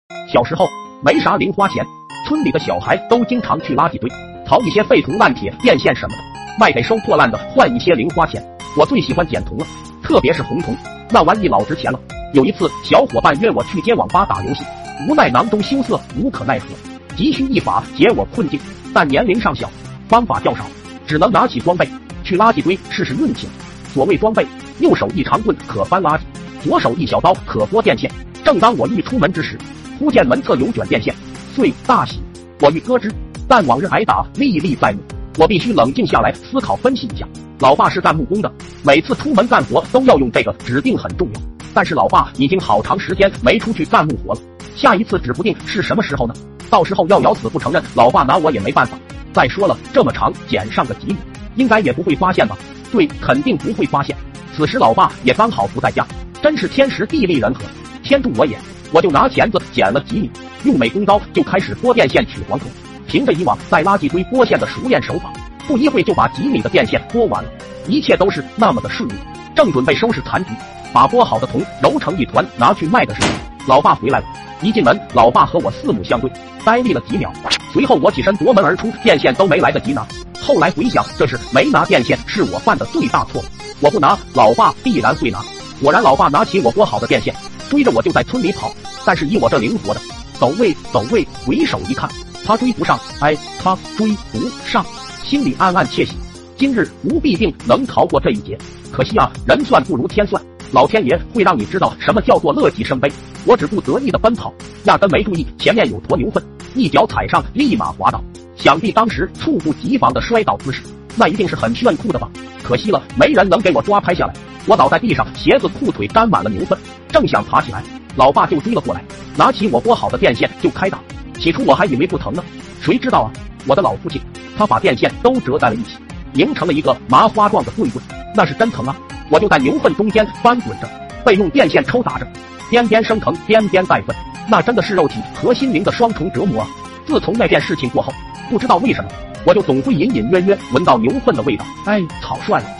小时候没啥零花钱，村里的小孩都经常去垃圾堆淘一些废铜烂铁、电线什么的，卖给收破烂的换一些零花钱。我最喜欢捡铜了，特别是红铜，那玩意老值钱了。有一次，小伙伴约我去街网吧打游戏，无奈囊中羞涩，无可奈何，急需一法解我困境，但年龄尚小，方法较少，只能拿起装备去垃圾堆试试运气。所谓装备，右手一长棍可翻垃圾，左手一小刀可拨电线。正当我欲出门之时，忽见门侧有卷电线，遂大喜。我欲割之，但往日挨打历历在目，我必须冷静下来思考分析一下。老爸是干木工的，每次出门干活都要用这个，指定很重要。但是老爸已经好长时间没出去干木活了，下一次指不定是什么时候呢。到时候要咬死不承认，老爸拿我也没办法。再说了，这么长剪上个几米，应该也不会发现吧？对，肯定不会发现。此时老爸也刚好不在家，真是天时地利人和，天助我也。我就拿钳子剪了几米，用美工刀就开始拨电线取黄铜。凭着以往在垃圾堆拨线的熟练手法，不一会就把几米的电线拨完了，一切都是那么的顺利。正准备收拾残局，把拨好的铜揉成一团拿去卖的时候，老爸回来了。一进门，老爸和我四目相对，呆立了几秒，随后我起身夺门而出，电线都没来得及拿。后来回想，这是没拿电线是我犯的最大错误，我不拿，老爸必然会拿。果然，老爸拿起我拨好的电线，追着我就在村里跑。但是以我这灵活的，走位，回首一看，他追不上，他追不上，心里暗暗窃喜，今日无必定能逃过这一劫。可惜啊，人算不如天算，老天爷会让你知道什么叫做乐极生悲。我只顾得意的奔跑，压根没注意前面有坨牛粪，一脚踩上，立马滑倒。想必当时猝不及防的摔倒姿势，那一定是很炫酷的吧？可惜了，没人能给我抓拍下来。我倒在地上，鞋子裤腿沾满了牛粪，正想爬起来，老爸就追了过来，拿起我拨好的电线就开打。起初我还以为不疼呢，谁知道啊，我的老父亲他把电线都折在了一起，拧成了一个麻花状的棍棍，那是真疼啊！我就在牛粪中间翻滚着，被用电线抽打着，边边生疼边边带粪，那真的是肉体和心灵的双重折磨啊！自从那件事情过后，不知道为什么，我就总会隐隐约约闻到牛粪的味道，草率了。